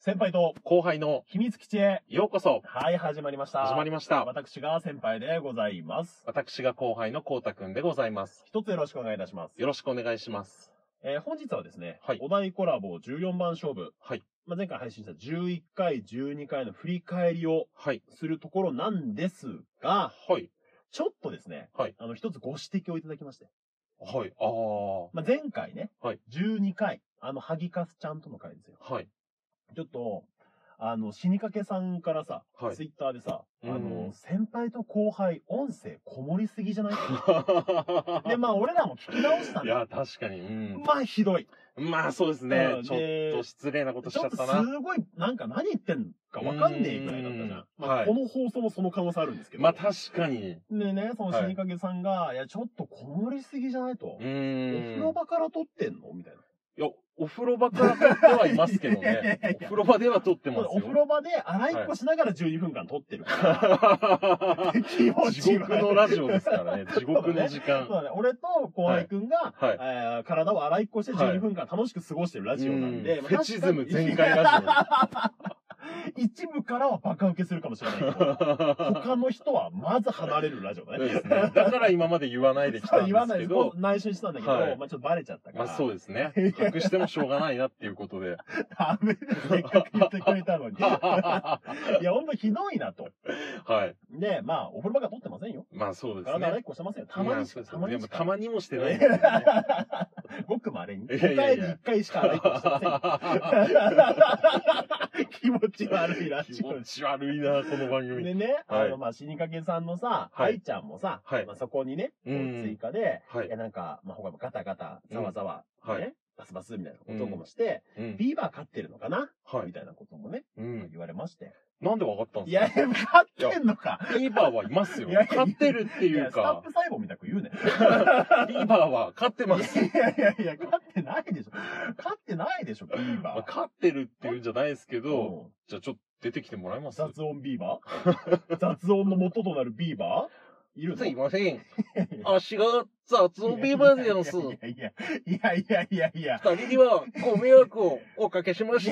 先輩と後輩の秘密基地へようこそ。 はい、始まりました。 始まりました。 私が先輩でございます。 私が後輩のこうたくんでございます。 一つよろしくお願いいたします。 よろしくお願いします。 本日はですね、 はいお題コラボ14番勝負。 はい。 前回配信した11回、12回の振り返りをはい。 するところなんですが、 はい。 ちょっとですね、 はい。 一つご指摘をいただきまして。 はい。 前回ね、 はい。 12回、ハギカスちゃんとの回ですよ。 はい。 ちょっと、死にかけさんからさ、 はいツイッターでさ、 うん先輩と後輩、音声こもりすぎじゃないで、俺らも聞き直したんだよ。 いや、確かに。 ひどい。 まあ、そうですね。 うんちょっと失礼なことしちゃったちょっとな。 すごい、何言ってんかわかんねえぐらいだったじゃん。 はいこの放送もその可能性あるんですけど。 まあ、確かに。 でね、その死にかけさんが、いや、ちょっとこもりすぎじゃないと。お風呂場から撮ってんのみたいな。 いや、お風呂場から撮ってはいますけどね。お風呂場では撮ってますよ。 お風呂場で洗いっこしながら12分間撮ってるから。気持ち地獄のラジオですからね。地獄の時間。 そうだね。俺と後輩くんが、体を洗いっこして12分間楽しく過ごしてるラジオなんで。 フェチズム全開ラジオ。 一部からはバカ受けするかもしれないけど、他の人はまず離れるラジオね。 そうですね。だから今まで言わないできたんですけど。 言わないです。内緒にしたんだけど、ちょっとバレちゃったから。 まあそうですね。隠してもしょうがないなっていうことで。 ダメです。せっかく言ってくれたのに。いや、ほんとひどいなと。 はい。 で、お風呂場が撮ってませんよ。 まあそうですね。 体洗いっこしてませんよ。たまにしか。 でもたまにもしてない。 ごく稀に。5回に1回しか洗いっこしてませんよ。気持ち悪いらしい。 気持ち悪いな、この番組。 でね、死にかけさんのさ、愛ちゃんもさ、そこにね、追加で、いや他もガタガタ、ざわざわ、ね、バスバスみたいなこともして、ビーバー飼ってるのかなみたいなこともね、言われまして。 なんでわかったんですか？ いや、飼ってんのか。 ビーバーはいますよ。飼ってるっていうか。 スタップ細胞みたく言うね。 ビーバーは飼ってます。 いや、飼ってないでしょ。飼ってないでしょ、ビーバー。 飼ってるっていうんじゃないですけど、じゃあちょっと出てきてもらえます？ 雑音ビーバー雑音の元となるビーバーいるの？ すいません。足が雑音ビーバーでやんす。 いや。 二人にはご迷惑をおかけしました。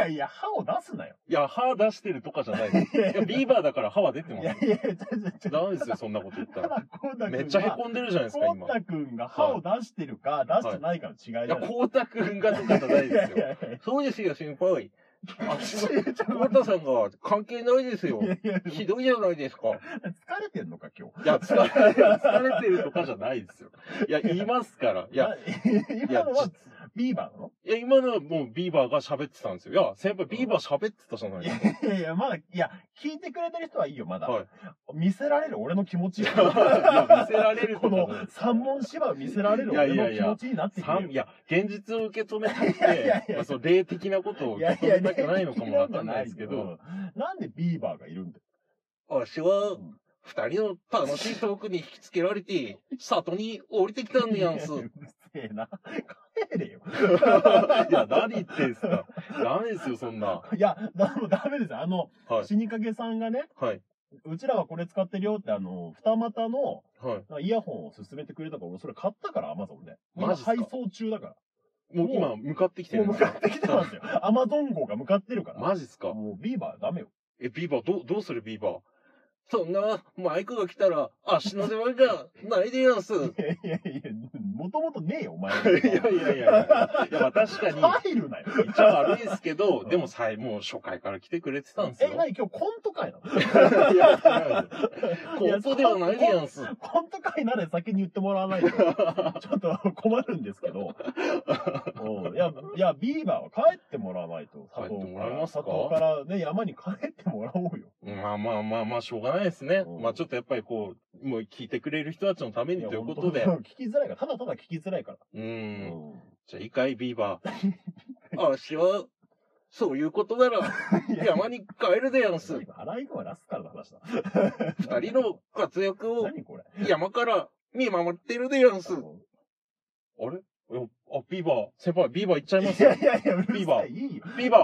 いや、歯を出すなよ。 いや、歯出してるとかじゃないです。いや、ビーバーだから歯は出てます。ダメですよ、そんなこと言ったら。めっちゃ凹んでるじゃないですか、今。 コウタくんが歯を出してるか、出してないかの違いじゃない。 いや、コウタくんがとかじゃないですよ。そうですよ、先輩。コウタさんが関係ないですよ。ひどいじゃないですか。 疲れてんのか、今日。 いや、疲れてるとかじゃないですよ。いや、言いますから。いや、 今のはビーバーなの？ いや、今のはもうビーバーが喋ってたんですよ。いや、先輩ビーバー喋ってたじゃないですか。 いや、聞いてくれてる人はいいよ、まだ。見せられる俺の気持ち。いや、 見せられるこの三文芝を見せられる俺の気持ちになってくる。 いや、現実を受け止めたくて、その霊的なことを受け止めたくないのかもわかんないですけど。 なんでビーバーがいるんだよ。 私は、二人の楽しいトークに引きつけられて、里に降りてきたんでやんす。 うるせえな。帰れよ。 いや、何言ってんすか。ダメですよ、そんな。 いや、ダメですよ。死にかけさんがね、うちらはこれ使ってるよって、二股の、イヤホンを勧めてくれたから、俺それ買ったから、アマゾンで。今配送中だから。 もう今、向かってきてる。 もう向かってきてますよ。アマゾン号が向かってるから。 マジっすか？ もうビーバーダメよ。 ビーバー、どうするビーバー？そんな、マイクが来たら、足の出番じゃないでやんす。いや、もともとねえよ、お前。 いや、確かに。 入るなよ。 一応悪いですけど、でももう初回から来てくれてたんですよ。 何今日コント会なの？ いや、コントではないでやんす。 コント会なら先に言ってもらわないと、ちょっと困るんですけど。いや、ビーバーは帰ってもらわないと。 帰ってもらえますか？ 里からね、山に帰ってもらおうよ。 まあ、しょうがないですね。まあ、ちょっとやっぱりもう聞いてくれる人たちのためにということで。 聞きづらいから、ただただ聞きづらいから。 じゃあ、いいかい、ビーバー。あしは、そういうことなら、山に帰るでやんす。 アライグマラスカルの話だ。 二人の活躍を、 何これ？ 山から見守ってるでやんす。あれビーバー、先輩、ビーバー行っちゃいますよ。 いや、 ビーバー。 いいよ。 ビーバー。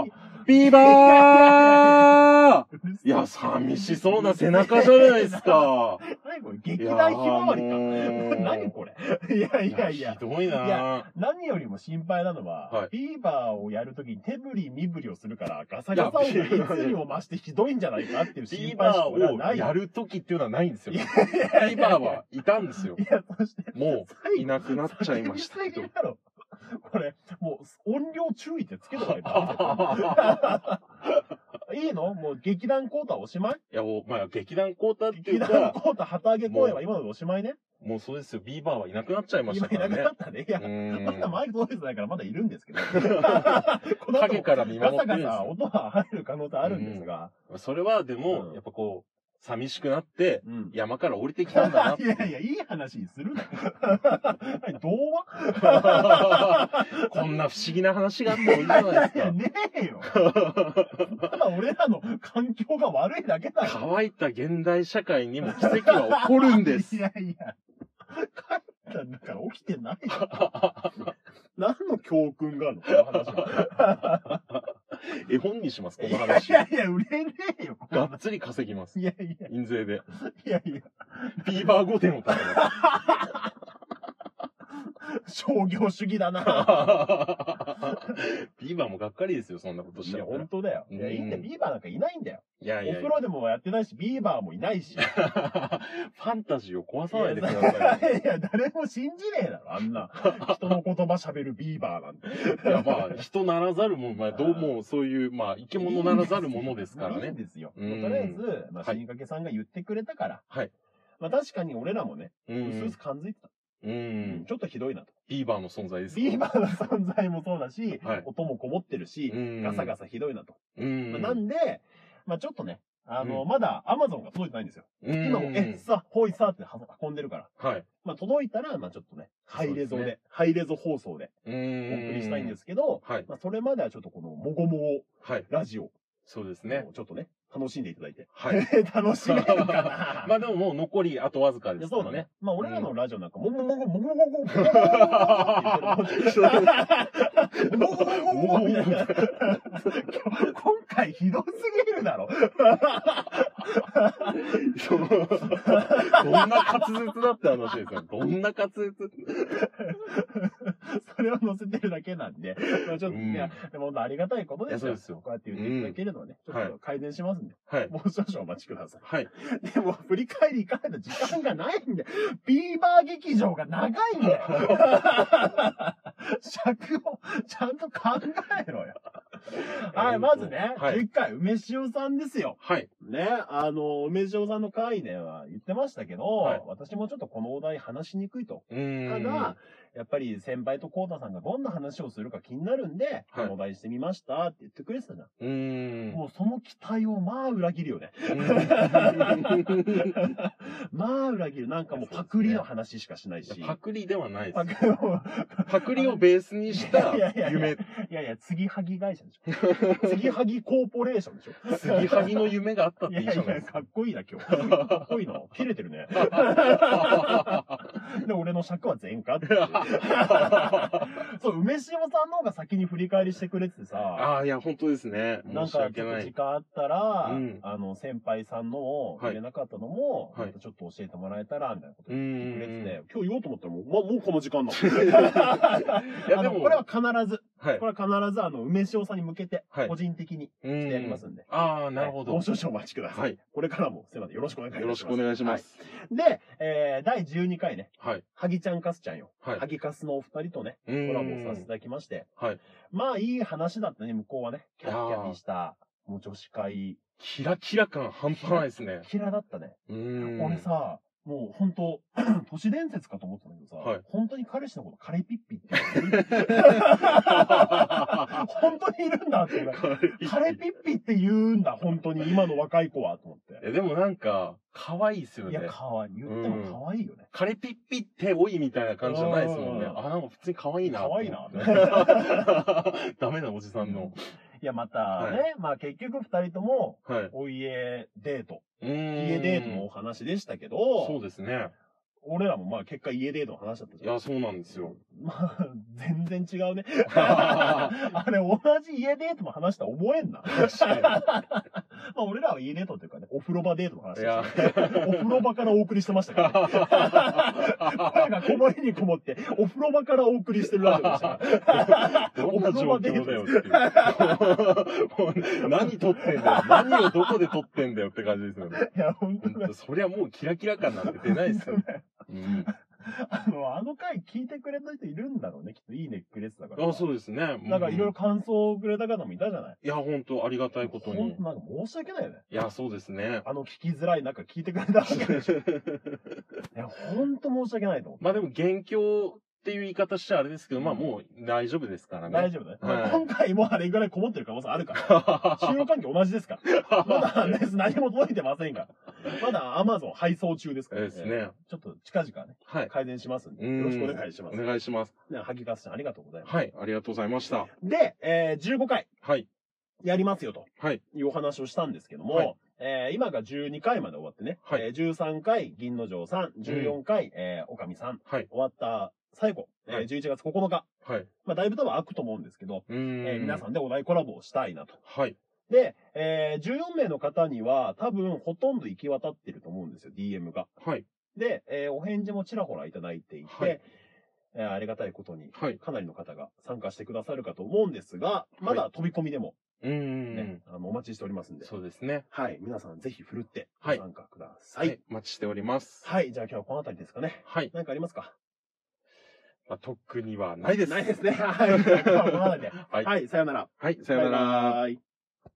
ビーバーいや、寂しそうな背中じゃないですか。 何これ劇団ひまわりか。何これ。いやいやいや。 ひどいな。 いや、何よりも心配なのは、ビーバーをやるときに手振り身振りをするから、ガサガサ音がいつにも増してひどいんじゃないかっていう心配しかない。ビーバーをやるときっていうのはないんですよ。ビーバーはいたんですよ。いや、そして。もう、いなくなっちゃいましたけど。これ、もう、音量注意ってつけとかないと。いいのもう劇団コータおしまい？いや、もう、まあ、劇団コータっていうか。劇団コータ旗揚げ公演は今のでおしまいね。もうそうですよ。ビーバーはいなくなっちゃいましたからね。今いなくなったね。いや、まだマイク届いてないからまだいるんですけど。この影から見守ってるんです。ガサガサ音は入る可能性あるんですが。それはでも、やっぱこう、寂しくなって、山から降りてきたんだな。いやいや、いい話にするな。童話こんな不思議な話があってもいいじゃないですか。いや、ねえよ。ただ俺らの環境が悪いだけだよ。乾いた現代社会にも奇跡は起こるんです。いやいや。帰ったんだから起きてないよ。何の教訓があるのこの話は。絵本にします、この話。いやいや、売れねえよ。がっつり稼ぎます。いやいや。印税で。いやいや。ビーバー御殿を建てます。商業主義だな。ビーバーもがっかりですよ、そんなことしたら。いや、本当だよ。いや、いいんだよ。ビーバーなんかいないんだよ。いやいや。お風呂でもやってないし、ビーバーもいないし。ファンタジーを壊さないでください。いやいや、誰も信じねえだろ、あんな。人の言葉喋るビーバーなんて。いや、まあ、人ならざるも、まあ、どうも、そういう、まあ、生き物ならざるものですからね。いいんですよ。とりあえず、まあ、死にかけさんが言ってくれたから。はい。まあ、確かに俺らもね、うすうす感づいてた。ちょっとひどいなと。ビーバーの存在ですか？ビーバーの存在もそうだし、音もこもってるし、ガサガサひどいなと。なんで、まあちょっとね、まだ Amazon が届いてないんですよ。今も、さ、ほいさって運んでるから。はい。まあ届いたら、まあちょっとね、ハイレゾで、ハイレゾ放送で、お送りしたいんですけど、はい。まあそれまではちょっとこの、もごもご、ラジオ。そうですね。ちょっとね、楽しんでいただいて。はい。楽しめるかなまあでももう残りあとわずかですからね。そうだね。まあ俺らのラジオなんか、もごもご、もごもご、もごもご、もごもご、みたいな。今回ひどすぎるだろ。どんな滑舌だって話ですよ。どんな滑舌それを載せてるだけなんで、まあちょっと、いや、でも本当ありがたいことですよ。そうですよ。こうやって言っていただけるのはね、ちょっと改善しますんで。はい。もう少々お待ちください。はい。でも、振り返り行かないと時間がないんで、ビーバー劇場が長いんだよ。尺をちゃんと考えろよ。はい、まずね、11回、梅塩さんですよ。はい。ね、梅塩さんの回では言ってましたけど、私もちょっとこのお題話しにくいと。ただ、やっぱり先輩とコウタさんがどんな話をするか気になるんで、このお題してみましたって言ってくれてたじゃん。もうその期待をまあ裏切るよね。まあ裏切る。なんかもうパクリの話しかしないし。パクリではないです。パクリをベースにした夢。いやいや、継ぎはぎ会社でしょ。継ぎはぎコーポレーションでしょ。継ぎはぎの夢があったっていいじゃないですか。かっこいいな、今日。かっこいいな。切れてるね。で、俺の尺は全カって。そう、梅塩さんの方が先に振り返りしてくれててさ。ああ、いや、本当ですね。なんか、時間あったら、先輩さんのを入れなかったのも、またちょっと教えてもらえたら、みたいなこと言ってくれてて、今日言おうと思ったらもうこの時間だ。いや、でも、これは必ず、これは必ず、梅塩さんに向けて、個人的にしてやりますんで。ああ、なるほど。もう少々お待ちください。これからも、すいません、よろしくお願いします。よろしくお願いします。で、第12回ね。はい。はぎちゃんかすちゃんよ。はい。はぎかすのお二人とね、コラボさせていただきまして。はい。まあ、いい話だったね、向こうはね。キャッキャピした、もう女子会。キラキラ感半端ないですね。キラだったね。俺さ、もう本当都市伝説かと思ったんだけどさ、はい、本当に彼氏のことカレピッピって本当にいるんだって。カレピッピって言うんだ、本当に今の若い子はと思って。でもなんか、可愛いっすよね。いや、可愛い。言っても可愛いよね。カレピッピって多いみたいな感じじゃないですもんね。あ、なんか普通に可愛いな。可愛いな。ダメなおじさんの。いや、またね、まあ結局二人とも、お家デート。家デートのお話でしたけど、そうですね。 俺らもまあ結果家デートの話だったじゃん。 いや、そうなんですよ。 まあ、全然違うね。あれ、同じ家デートの話したら覚えんな。まあ、俺らは家デートっていうかね、お風呂場デートの話でしたね。お風呂場からお送りしてましたからね。声がこもりにこもって、お風呂場からお送りしてるラジオでしたから。 どんな状況だよっていう。何撮ってんだよ。何をどこで撮ってんだよって感じですよね。 いや、本当だ。 そりゃもうキラキラ感なんて出ないですよ。うん。 あの回聞いてくれた人いるんだろうね。きっといいねくれてたから。 あ、そうですね。 なんかいろいろ感想をくれた方もいたじゃない。 いや、本当ありがたいことに。 本当なんか申し訳ないよね。 いや、そうですね。 聞きづらい中聞いてくれたわけでしょ。いや、本当申し訳ないと思う。 まあでも、元凶っていう言い方しちゃあれですけど、まあもう大丈夫ですからね。 大丈夫ね。まあ今回もあれぐらいこもってる可能性あるから。使用環境同じですから。まだ何も届いてませんから。まだ Amazon 配送中ですからですね。 ちょっと近々ね、改善しますんで、よろしくお願いします。 お願いします。 ハギカスちゃんありがとうございます。 はい、ありがとうございました。 で、15回。 はい。 やりますよと。 はい。 いうお話をしたんですけども、今が12回まで終わってね、13回銀之丞さん、14回、おかみさん、終わった最後、11月9日。はい。まあ、だいぶ多分空くと思うんですけど、皆さんでお題コラボをしたいなと。はい。で、14名の方には多分ほとんど行き渡ってると思うんですよ、DM が。はい。で、お返事もちらほらいただいていて、ありがたいことに、かなりの方が参加してくださるかと思うんですが、まだ飛び込みでも、ね、お待ちしておりますんで。 そうですね。 はい。皆さんぜひ振るってご参加ください。はい。 お待ちしております。 はい。じゃあ今日はこの辺りですかね。はい。何かありますか？ まあ、特にはないです。 ないですね。はい。今日はこの辺りで。はい。さよなら。 はい。さよなら。